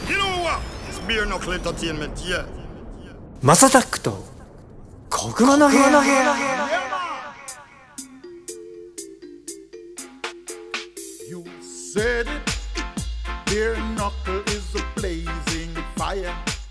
You know what? It's beer knuckle entertainment, yeah. マサタックと小熊の部屋。 You said it. Beer knuckle is a blazing fire.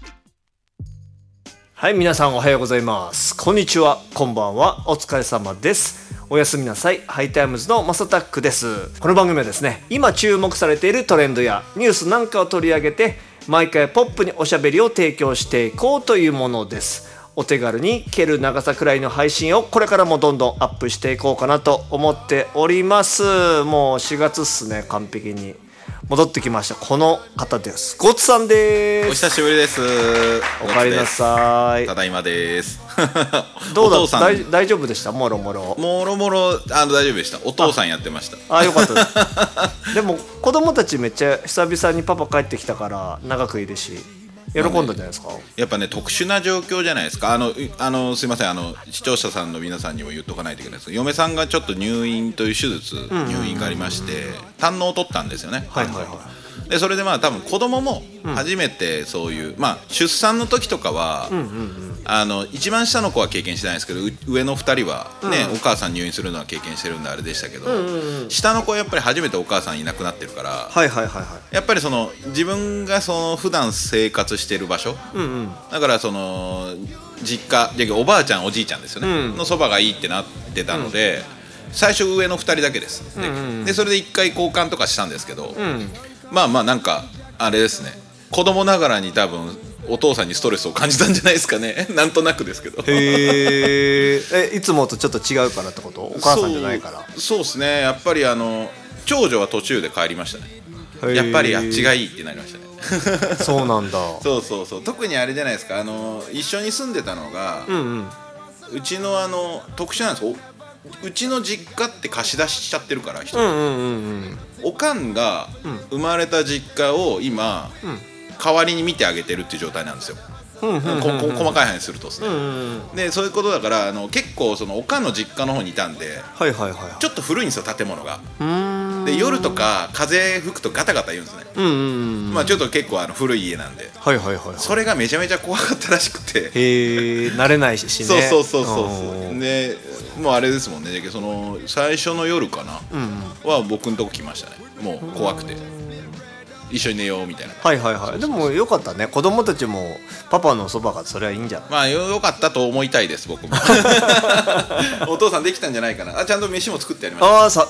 はい、皆さんおはようございます。こんにちは、こんばんは、お疲れ様です。おやすみなさい。ハイタイムズのマサタックです。この番組はですね、今注目されているトレンドやニュースなんかを取り上げて、毎回ポップにおしゃべりを提供していこうというものです。お手軽に聞ける長さくらいの配信をこれからもどんどんアップしていこうかなと思っております。もう4月っすね。完璧に戻ってきました。この方です。ゴッツさんです。 お久しぶりです。 おかえりなさい。 ただいまです。 どうだお父さん大丈夫でした？もろもろ大丈夫でした。お父さんやってました。 よかったですでも子供たちめっちゃ久々にパパ帰ってきたから長くいるし喜んだんじゃないですか？ やっぱね、特殊な状況じゃないですか。すいません、視聴者さんの皆さんにも言っとかないといけないですけど、嫁さんがちょっと入院という手術、入院がありまして胆のうを取ったんですよね。 はいはいはい。 でそれでまあ多分子供も初めてそういう、まあ出産の時とかは、一番下の子は経験してないですけど、上の2人はね、お母さん入院するのは経験してるんであれでしたけど、下の子はやっぱり初めてお母さんいなくなってるから、 はいはいはいはい。 やっぱりその自分がその普段生活してる場所、だからその実家でおばあちゃんおじいちゃんですよね、のそばがいいってなってたので、最初上の2人だけです。でそれで1回交換とかしたんですけど、まあなんかあれですね、子供ながらに多分お父さんにストレスを感じたんじゃないですかね。なんとなくですけど。 いつもとちょっと違うからってこと？お母さんじゃないから。 そうですね。やっぱり長女は途中で帰りましたね。やっぱりあっちがいいってなりましたね。 そうなんだ。 そう特にあれじゃないですか、一緒に住んでたのが、うちの特殊なんですよ。うちの実家って貸し出ししちゃってるから、人おかんが生まれた実家を今、代わりに見てあげてるっていう状態なんですよ。細かい話するとですね、でそういうことだから結構そのおかんの実家の方にいたんで、ちょっと古いんですよ、建物が。で夜とか風吹くとガタガタ言うんですね。まあちょっと結構古い家なんで、それがめちゃめちゃ怖かったらしくて、 慣れないしね。 そうでもうあれですもんね。その最初の夜かな、は僕のとこ来ましたね。もう怖くて一緒に寝ようみたいな。 でもよかったね。子供たちもパパのそばがそれはいいんじゃない？ まあよかったと思いたいです、僕も。お父さんできたんじゃないかな。ちゃんと飯も作ってやりました。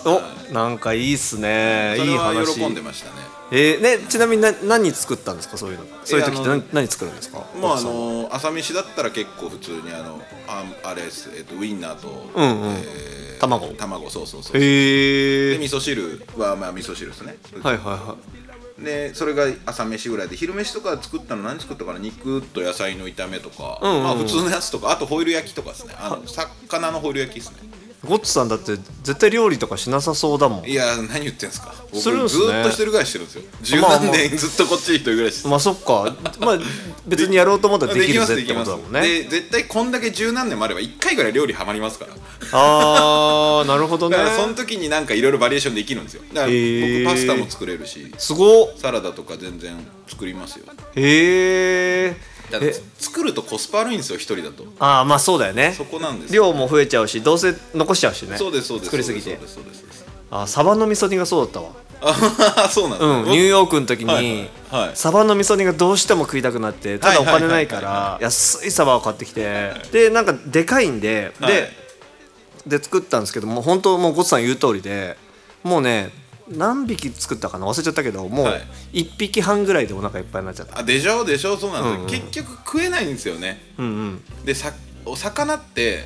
なんかいいっすね。いい話。 それは喜んでましたね。 ちなみに何作ったんですか？そういう時って何作るんですか？ もう朝飯だったら結構普通にあれです、ウインナーと卵、そうで味噌汁はまあ味噌汁ですね。でそれが朝飯ぐらいで、昼飯とか作ったの何作ったかな。肉と野菜の炒めとか、まあ普通のやつとか、あとホイル焼きとかですね。魚のホイル焼きですね。 ゴッツさんだって絶対料理とかしなさそうだもん。 いや何言ってんすか。僕するんすね。 ずっと一人暮らししてるんですよ。十何年ずっとこっちで一人暮らしして。 まあそっか。まあ別にやろうと思ったらできるぜってことだもんね。 で絶対こんだけ十何年もあれば1回ぐらい料理ハマりますから。 なるほどね。 だからその時になんかいろいろバリエーションできるんですよ。だから僕パスタも作れるし、 すごっ。 サラダとか全然作りますよ。だって作るとコスパ悪いんですよ、一人だと。 まあそうだよね。 そこなんです。 量も増えちゃうし、どうせ残しちゃうしね。 そうです作りすぎて。 そうです。 サバの味噌煮がそうだったわ。 そうなんです。 ニューヨークの時にサバの味噌煮がどうしても食いたくなって、ただお金ないから安いサバを買ってきて、でなんかでかいんで作ったんですけども、本当もうゴッツさん言う通りで、もうね何匹作ったかな忘れちゃったけど、もう1匹半ぐらいでお腹いっぱいになっちゃった。 でしょそうなんですよ。結局食えないんですよね。でお魚って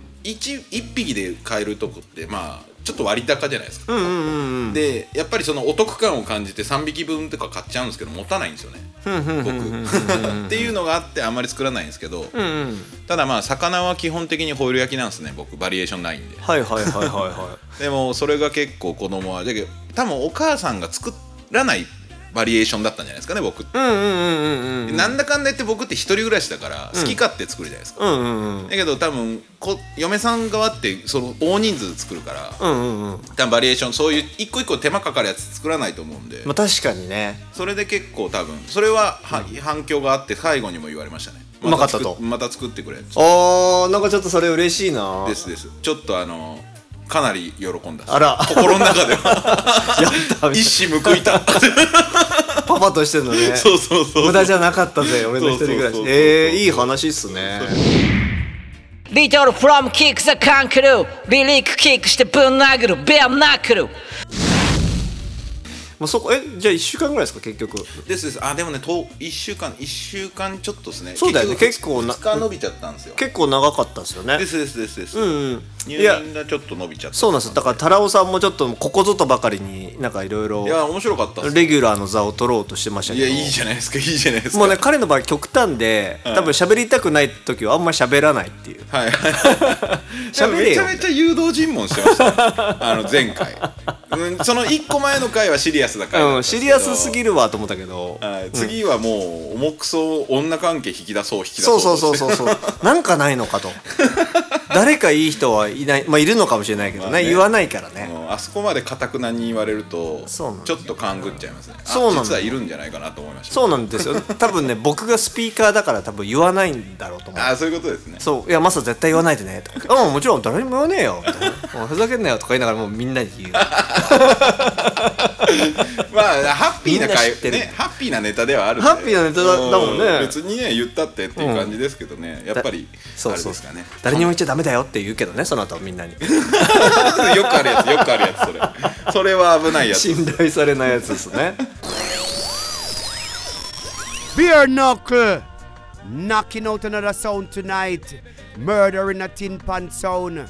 1匹で買えるとこってまあちょっと割高じゃないですか。でやっぱりそのお得感を感じて3匹分とか買っちゃうんですけど、持たないんですよね、僕。っていうのがあってあんまり作らないんですけど、ただまあ魚は基本的にホイル焼きなんですね、僕。バリエーションないんで。でもそれが結構子供はだけど、多分お母さんが作らないバリエーションだったんじゃないですかね僕って、なんだかんだ言って僕って一人暮らしだから好き勝手作るじゃないですか、だけど多分嫁さん側ってその大人数作るから、多分バリエーションそういう一個一個手間かかるやつ作らないと思うんで、 まあ、確かにね。 それで結構多分それは、反響があって最後にも言われましたね。 うまかったと。 また作ってくれ。 なんかちょっとそれ嬉しいな。 ですちょっとかなり喜んだ。 あら、 心の中ではやった一矢報いた。 パパとしてのね。 そう無駄じゃなかったぜ俺の一人暮らし。いい話っすね。 リトルフロムキックザカンクルー、リリックキックしてぶん殴るベアナックル。 もうそこじゃあ1週間ぐらいですか結局。 ですでもね1週間ちょっとですね。 そうだよね、結構 2日伸びちゃったんですよ。 結構長かったですよね。 です入院がちょっと伸びちゃった。 そうなんです。だからタラオさんもちょっとここぞとばかりになんかいろいろ、 いや面白かったっす。 レギュラーの座を取ろうとしてましたけど。 いやいいじゃないですかもうね彼の場合極端で、多分喋りたくない時はあんまり喋らないっていう。 はい喋れよ。 めちゃめちゃ誘導尋問してました前回。その1個前の回はシリアスだから、 シリアスすぎるわと思ったけど、 次はもう重くそ女関係引き出そうそうなんかないのかと誰かいい人はいない、まあいるのかもしれないけどね、言わないからね。 あそこまで堅くなに言われるとちょっと勘ぐっちゃいますね。実はいるんじゃないかなと思いました。 そうなんですよ。多分ね僕がスピーカーだから多分言わないんだろうと思う。 そういうことですね。 そういやマサ絶対言わないでねとかもちろん誰にも言わねえよもうふざけんなよとか言いながらもうみんなに言う。 まあハッピーな回ね、ハッピーなネタではあるんで、 ハッピーなネタだもんね。 別にね言ったってっていう感じですけどね、やっぱりあれですかね。 誰にも言っちゃダメだよって言うけどね、その後みんなに。よくあるやつそれは危ないやつ。 信頼されないやつですね。 Beer knuckle knocking out another sound tonight. Murder in a tin pan sound.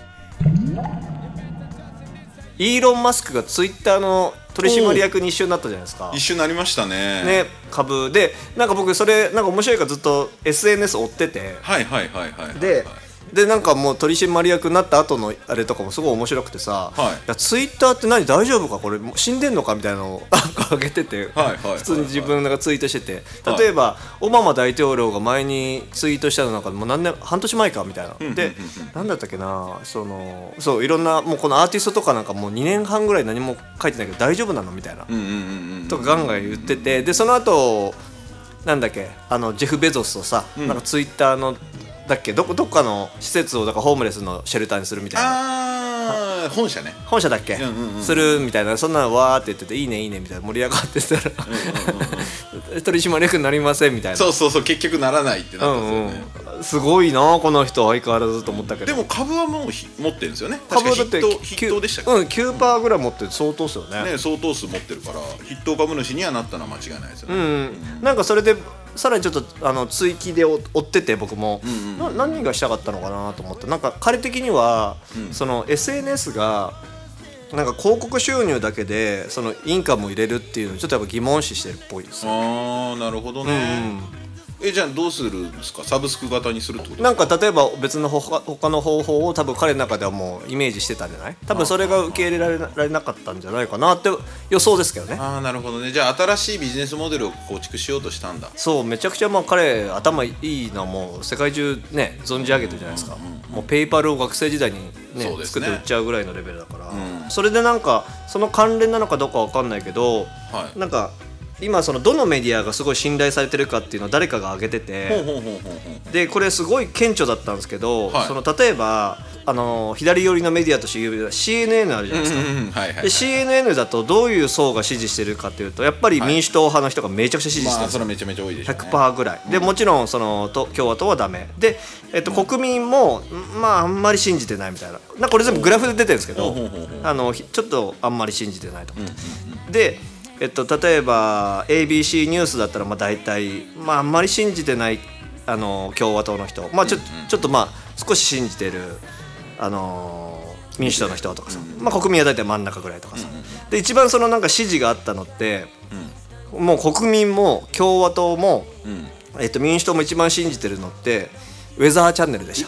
イーロン・マスクがツイッターの取締役に一緒になったじゃないですか。 一緒になりましたね。 ね、株でなんか僕それなんか面白いからずっと SNS 追ってて、でなんかもう取締役になった後のあれとかもすごい面白くてさ、いやツイッターって何大丈夫かこれ死んでんのかみたいなのを上げてて、普通に自分がツイートしてて、例えばオバマ大統領が前にツイートしたのなんかもう半年前かみたいな、で何だったっけな、そういろんなもうこのアーティストとかなんかもう2年半ぐらい何も書いてないけど大丈夫なのみたいなとかガンガン言ってて、でその後なんだっけジェフ・ベゾスとさ、なんかツイッターのだっけどっかの施設をだからホームレスのシェルターにするみたいな。 本社ね。 本社だっけ、するみたいな、そんなのわーって言ってていいねみたいな盛り上がってたら取締役になりませんみたいな。 そう結局ならないってなったんですよね。 すごいなこの人相変わらずと思ったけど。 でも株はもう持ってるんですよね。株はだって筆頭でしたっけ。 9% ぐらい持って相当っすよね。 相当数持ってるから筆頭株主にはなったのは間違いないですよね。 なんかそれでさらにちょっと追記で追ってて僕も、何がしたかったのかなと思って、なんか彼的には、その SNS がなんか広告収入だけでそのインカムを入れるっていうのをちょっとやっぱ疑問視してるっぽいです。 なるほどね。じゃあどうするんですか。サブスク型にするってことですか。 なんか例えば別の他の方法を多分彼の中ではもうイメージしてたんじゃない。多分それが受け入れられなかったんじゃないかなって予想ですけどね。 なるほどね。じゃあ新しいビジネスモデルを構築しようとしたんだ。 そうめちゃくちゃまあ彼頭いいのはもう世界中ね存じ上げてるじゃないですか。もうペイパルを学生時代にね作って売っちゃうぐらいのレベルだから、それでなんかその関連なのかどうかわかんないけど、なんか今そのどのメディアがすごい信頼されてるかっていうのを誰かが挙げてて、でこれすごい顕著だったんですけど、その例えば左寄りのメディアとして有名な CNN あるじゃないですか。で CNN だとどういう層が支持してるかっていうとやっぱり民主党派の人がめちゃくちゃ支持してるんですよ。 それめちゃめちゃ多いでしょうね。 100% ぐらいで、もちろんその共和党はダメで、国民もまああんまり信じてないみたいな、これ全部グラフで出てるんですけど、ちょっとあんまり信じてないと思って、で例えば ABC ニュースだったらまあ大体、まあ、あんまり信じてない共和党の人、まあ、ちょっとまあ少し信じてる民主党の人とかさ、まあ、国民は大体真ん中ぐらいとかさ、で一番そのなんか支持があったのって、もう国民も共和党も、民主党も一番信じてるのってウェザーチャンネルでした。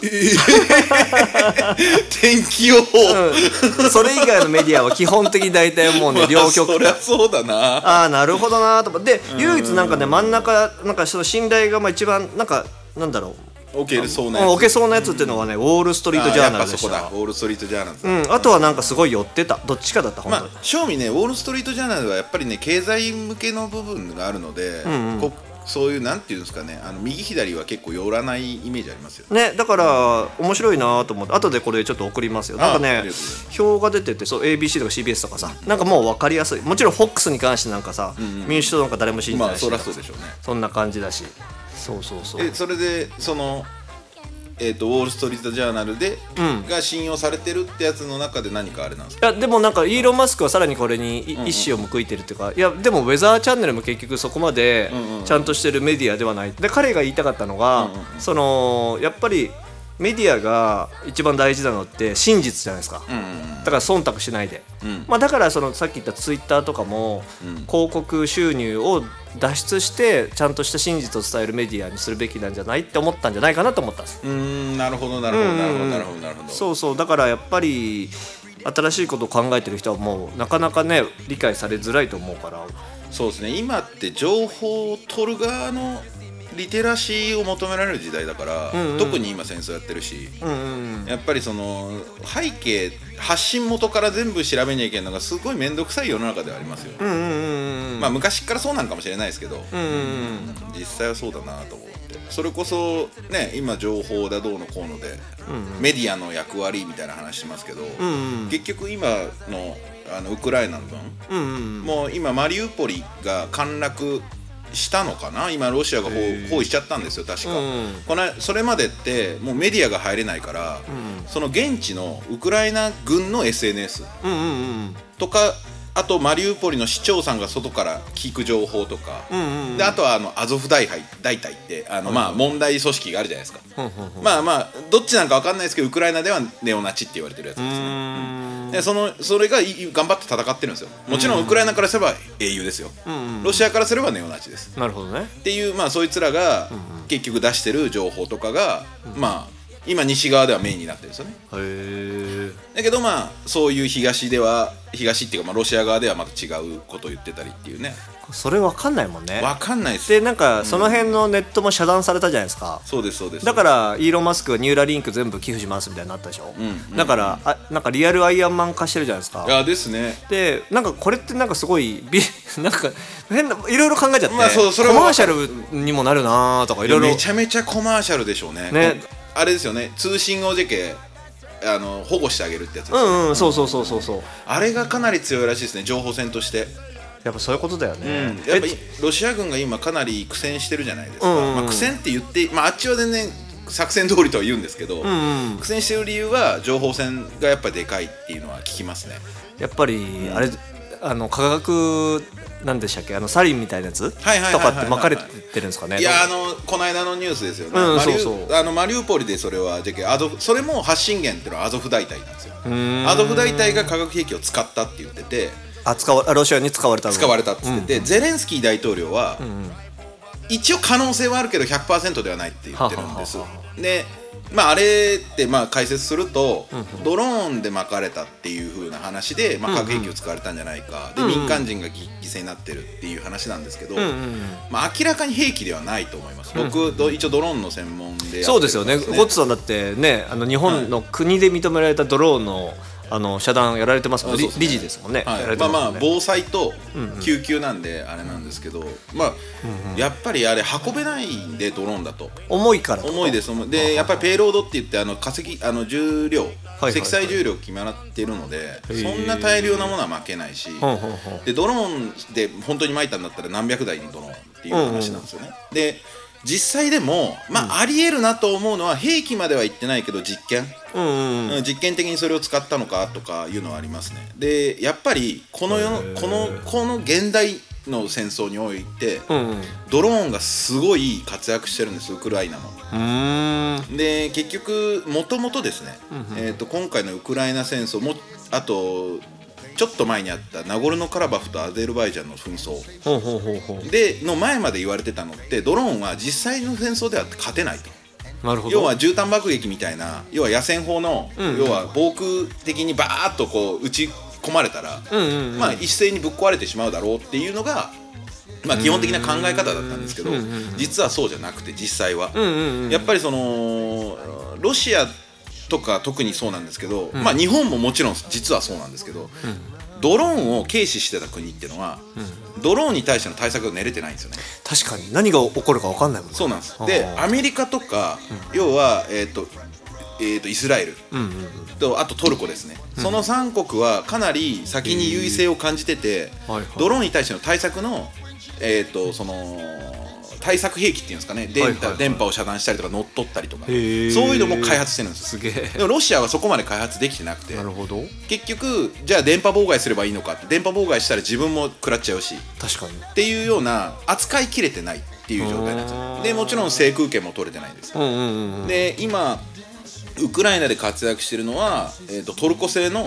天気予報、 それ以外のメディアは基本的に大体もうね両極そりゃそうだな。 ああなるほどなと思ってで唯一なんかね真ん中なんかその信頼がまあ一番なんだろう置けそうなやつ、 置けそうなやつっていうのはね、ウォール・ストリート・ジャーナルでした。 やっぱそこだ、ウォール・ストリート・ジャーナル、 あとはなんかすごい寄ってた、どっちかだった本当に。 正味ねウォール・ストリート・ジャーナルはやっぱりね経済向けの部分があるので、そういうなんていうんですかね、右左は結構寄らないイメージありますよね。だから面白いなと思って後でこれちょっと送りますよ。なんかね表が出てて、そう ABC とか CBS とかさ、なんかもう分かりやすい。もちろん FOX に関してなんかさ、民主党なんか誰も信じないし、 そりゃそうでしょうね。 そんな感じだし、そうそれでそのウォール・ストリート・ジャーナルで、が信用されてるってやつの中で何かあれなんですか。 いやでもなんかイーロン・マスクはさらにこれに一矢を報いてるっていうか、いやでもウェザーチャンネルも結局そこまでちゃんとしてるメディアではない。で彼が言いたかったのが、そのやっぱりメディアが一番大事なのって真実じゃないですか。だから忖度しないで、だからそのさっき言ったツイッターとかも、広告収入を脱出してちゃんとした真実を伝えるメディアにするべきなんじゃないって思ったんじゃないかなと思ったんです。 なるほど。 そうだからやっぱり新しいことを考えてる人はもうなかなかね理解されづらいと思うから。 そうですね、今って情報を取る側のリテラシーを求められる時代だから、特に今戦争やってるし、やっぱりその背景発信元から全部調べにゃいけないのがすごい面倒くさい世の中ではありますよ。昔からそうなんかもしれないですけど、実際はそうだなと思って、それこそね今情報だどうのこうので、メディアの役割みたいな話しますけど、結局今のウクライナの分、もう今マリウポリが陥落したのかな、今ロシアが包囲しちゃったんですよ確か、それまでってもうメディアが入れないから、その現地のウクライナ軍の SNS とか、あとマリウポリの市長さんが外から聞く情報とか、であとはアゾフ大隊って問題組織があるじゃないですか。どっちなんか分かんないですけどウクライナではネオナチって言われてるやつですね。でそれが頑張って戦ってるんですよ。もちろんウクライナからすれば英雄ですよ、ロシアからすればネオナチです。 なるほどね。 っていうそいつらが結局出してる情報とかが今西側ではメインになってるんですよね。だけどそういう東っていうかロシア側ではまた違うことを言ってたりっていうね。 それ分かんないもんね。 分かんないです。 でなんかその辺のネットも遮断されたじゃないですか。 そうです。 だからイーロン・マスクがニューラリンク全部寄付しますみたいになったでしょ。だからなんかリアルアイアンマン化してるじゃないですか。 いやですね。 でなんかこれってなんかすごいなんか変ないろいろ考えちゃって、コマーシャルにもなるなとかいろいろ。 めちゃめちゃコマーシャルでしょうね。あれですよね、通信を保護してあげるってやつですよね。 そうあれがかなり強いらしいですね、情報戦として。 やっぱそういうことだよね。 やっぱりロシア軍が今かなり苦戦してるじゃないですか。苦戦って言ってあっちは全然作戦通りとは言うんですけど、苦戦してる理由は情報戦がやっぱりでかいっていうのは聞きますね。 やっぱりあれ科学なんでしたっけ、サリンみたいなやつとかって巻かれてるんですかね。 いやこの間のニュースですよね。マリウポリでそれはそれも発信源っていうのはアゾフ大隊なんですよ。アゾフ大隊が化学兵器を使ったって言ってて、 ロシアに使われたって言ってて、ゼレンスキー大統領は一応可能性はあるけど 100% ではないって言ってるんです。であれって解説すると、ドローンで巻かれたっていう風な話で化学兵器を使われたんじゃないか、で民間人が犠牲になってるっていう話なんですけど、明らかに兵器ではないと思います。僕一応ドローンの専門でやってるんですね。 そうですよね。ゴッツさんだってね日本の国で認められたドローンの遮断やられてますもんね。理事ですもんね。 防災と救急なんであれなんですけど、やっぱりあれ運べないんで、ドローンだと重いから。 重いです。でやっぱりペイロードって言って重量、積載重量決まってるので、そんな大量なものは巻けないし、でドローンで本当に巻いたんだったら何百台のドローンっていう話なんですよね。で実際でもありえるなと思うのは、兵器までは言ってないけど実験的にそれを使ったのかとかいうのはありますね。でやっぱりこの現代の戦争において、ドローンがすごい活躍してるんです、ウクライナも。で結局もともとですね、今回のウクライナ戦争も、あとちょっと前にあったナゴルノカラバフとアゼルバイジャンの紛争での前まで言われてたのって、ドローンは実際の戦争では勝てないと。 なるほど。 要は絨毯爆撃みたいな、要は野戦砲の、要は防空的にバーッとこう撃ち込まれたら、まあ一斉にぶっ壊れてしまうだろうっていうのが、まあ基本的な考え方だったんですけど、実はそうじゃなくて、実際はやっぱりそのロシアとか特にそうなんですけど、まあ日本ももちろん実はそうなんですけど、ドローンを軽視してた国っていうのは、ドローンに対しての対策が練れてないんですよね。 確かに何が起こるか分かんないもんね。 そうなんです。でアメリカとか、要はイスラエルとあとトルコですね、その3国はかなり先に優位性を感じてて、ドローンに対しての対策のその対策兵器っていうんですかね、電波を遮断したりとか乗っ取ったりとか、そういうのも開発してるんですよ。 すげえ。 でもロシアはそこまで開発できてなくて、 なるほど。 結局じゃあ電波妨害すればいいのかって、電波妨害したら自分も食らっちゃうし確かにっていうような扱いきれてないっていう状態なんですよ。でもちろん制空権も取れてないんです。で今ウクライナで活躍しているのは、トルコ製の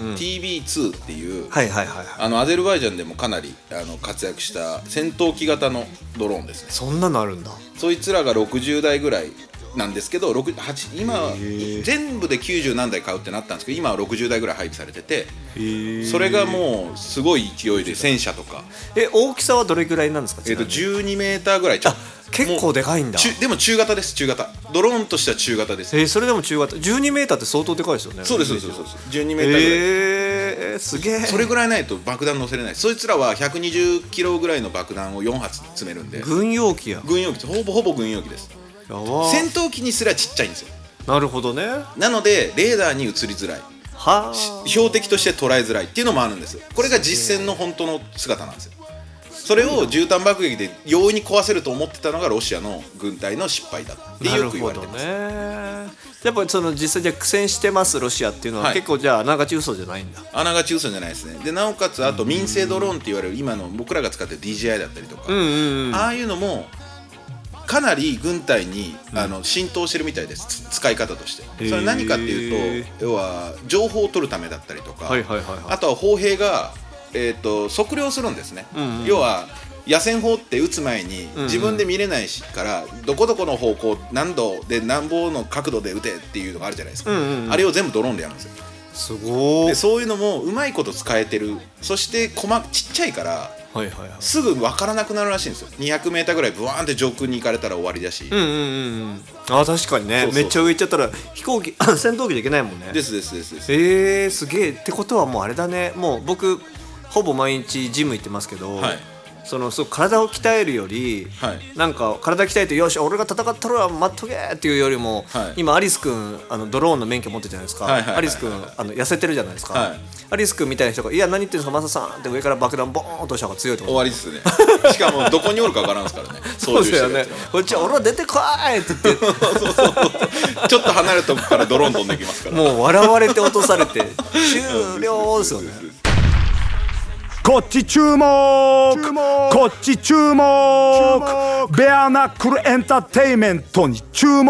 TB2 っていう、アゼルバイジャンでもかなり活躍した戦闘機型のドローンですね。 そんなのあるんだ。 そいつらが60台ぐらいなんですけど、今全部で90何台買うってなったんですけど、今は60台ぐらい配備されてて、それがもうすごい勢いで戦車とか。 大きさはどれぐらいなんですか。 12メーターぐらい。 結構でかいんだ。 でも中型です。中型ドローンとしては中型です。 それでも中型12メーターって相当でかいですよね。 そうです12メーターぐらい。 すげえ。それぐらいないと爆弾乗せれない。そいつらは120キロぐらいの爆弾を4発詰めるんで。 軍用機や。 軍用機、ほぼ軍用機です。戦闘機にすらちっちゃいんですよ。 なるほどね。 なのでレーダーに映りづらい、標的として捉えづらいっていうのもあるんです。これが実戦の本当の姿なんですよ。それを絨毯爆撃で容易に壊せると思ってたのがロシアの軍隊の失敗だってよく言われてます。 やっぱりその実際じゃ苦戦してますロシアっていうのは、結構じゃああながち嘘じゃないんだ。 あながち嘘じゃないですね。でなおかつあと民生ドローンって言われる今の僕らが使ってる DJI だったりとか、ああいうのもかなり軍隊に浸透してるみたいです、使い方として。それ何かっていうと、要は情報を取るためだったりとか、あとは砲兵が測量するんですね。要は野戦砲って撃つ前に自分で見れないからどこどこの方向何度で何ぼの角度で撃てっていうのがあるじゃないですか。あれを全部ドローンでやるんですよ。 すごい。 でそういうのもうまいこと使えてる。そしてちっちゃいからすぐ分からなくなるらしいんですよ。200メーターぐらいブワーンって上空に行かれたら終わりだし。 確かにね。めっちゃ上行っちゃったら飛行機戦闘機で行けないもんね。 ですすげえ。ってことはもうあれだね。もう僕ほぼ毎日ジム行ってますけど、そう体を鍛えるより、なんか体鍛えてよし俺が戦ったら待っとけっていうよりも、今アリス君ドローンの免許持ってるじゃないですか。アリス君痩せてるじゃないですか。アリス君みたいな人がいや何言ってんですかマサさんって上から爆弾ボーンとした方が強いと思う。 終わりですね。しかもどこにおるか分からんですからね。 そうですよね。こっちは俺は出てこいって言ってちょっと離れたとこからドローン飛んできますから。 もう笑われて落とされて終了ですよね。 こっち注目、こっち注目、ベアナックルエンターテイメントに注目。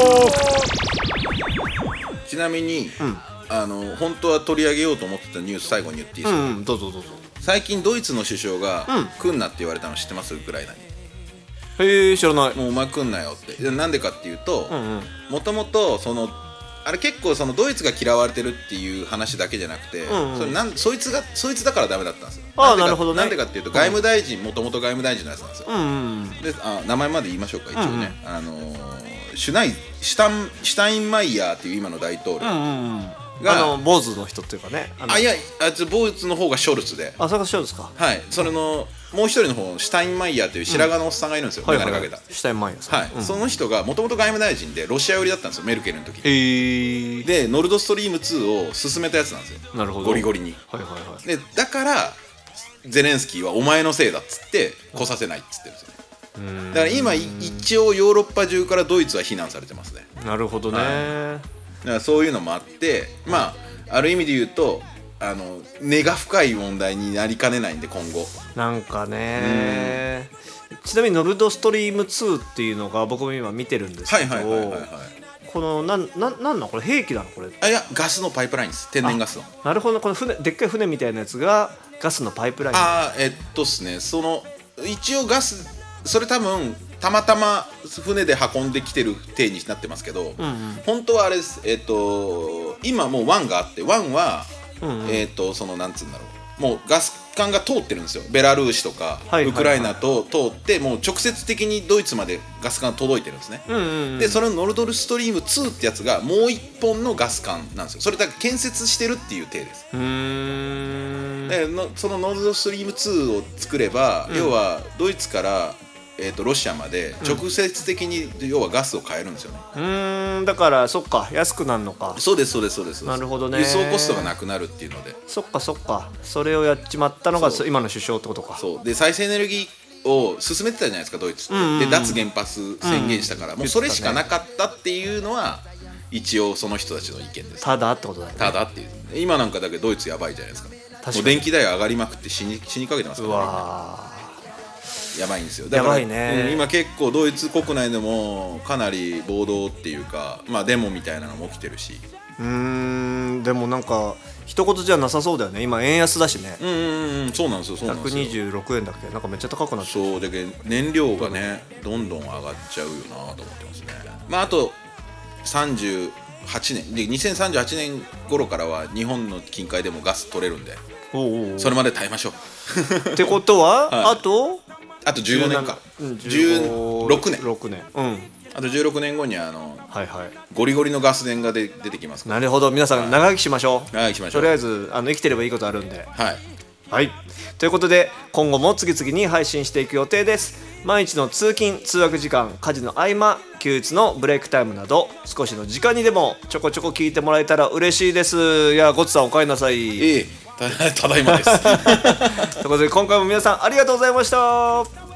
ちなみに、本当は取り上げようと思ってたニュース最後に言っていいですか。 どうぞ。 最近ドイツの首相が、来んなって言われたの知ってます？ウクライナに。 知らない。 もうお前来んなよって。なんでかっていうと、もともとあれ結構ドイツが嫌われてるっていう話だけじゃなくて、そいつだからダメだったんですよ。 なるほどね。 なんでかっていうと外務大臣、もともと外務大臣のやつなんですよ。で名前まで言いましょうか一応ね。シュタインマイヤーっていう今の大統領が坊主の人っていうかね。 いやあいつ坊主の方がショルツで。 それがショルツか。 はい。それのもう一人の方シュタインマイヤーという白髪のおっさんがいるんですよ。眼鏡かけた。 シュタインマイヤーさん。 その人がもともと外務大臣でロシア寄りだったんですよ、メルケルの時に。でノルドストリーム2を進めたやつなんですよ。 なるほど。 ゴリゴリに。でだからゼレンスキーはお前のせいだっつって来させないっつってるんですよね。だから今一応ヨーロッパ中からドイツは非難されてますね。 なるほどね。 だからそういうのもあって、ある意味で言うと根が深い問題になりかねないんで今後なんかね。ちなみにノルドストリーム2っていうのが僕も今見てるんですけど、このなんこれ兵器なのこれ。 いやガスのパイプラインです。天然ガスの。 なるほど。このでっかい船みたいなやつがガスのパイプライン。 ですね。一応ガスそれ多分たまたま船で運んできてる体になってますけど、本当はあれです。今もう湾があって、湾は、そのなんつうんだろう、もうガス管が通ってるんですよ。ベラルーシとか、ウクライナと通ってもう直接的にドイツまでガス管が届いてるんですね。でそれのノルドストリーム2ってやつがもう一本のガス管なんですよ。それだけ建設してるっていう体です。でそのノルドストリーム2を作れば、要はドイツからロシアまで直接的に要はガスを買えるんですよね。 だからそっか、安くなるのか。 そうですそうですそうです。 なるほどね。 輸送コストがなくなるっていうので。 そっかそっか、それをやっちまったのが今の首相ってことか。 そうで、再生エネルギーを進めてたじゃないですかドイツって、で脱原発宣言したから、もうそれしかなかったっていうのは一応その人たちの意見です。 ただってことだよね。 ただっていう。今なんかだけドイツやばいじゃないですか。もう電気代上がりまくって死にかけてますからね。 うわやばいんですよ。だからやばいね、 今結構ドイツ国内でもかなり暴動っていうか、まあデモみたいなのも起きてるし。 でもなんか一言じゃなさそうだよね。今円安だしね。 そうなんですよ。そうなんですよ。 126円だっけ、なんかめっちゃ高くなってる。 そうだけど燃料がねどんどん上がっちゃうよなと思ってますね。まああと38年で2038年頃からは日本の近海でもガス取れるんで、それまで耐えましょう。 ってことは、 はい、 あと 15年か、 16年、 あと16年後にゴリゴリのガス田が出てきますから。 なるほど、皆さん長生きしましょう。 長生きしましょう。 とりあえず生きてればいいことあるんで。 はい、 ということで今後も次々に配信していく予定です。毎日の通勤通学時間、家事の合間、休日のブレイクタイムなど少しの時間にでもちょこちょこ聞いてもらえたら嬉しいです。いや、ゴッツさんお帰りなさい。 ただいまです。 ということで今回も皆さんありがとうございました。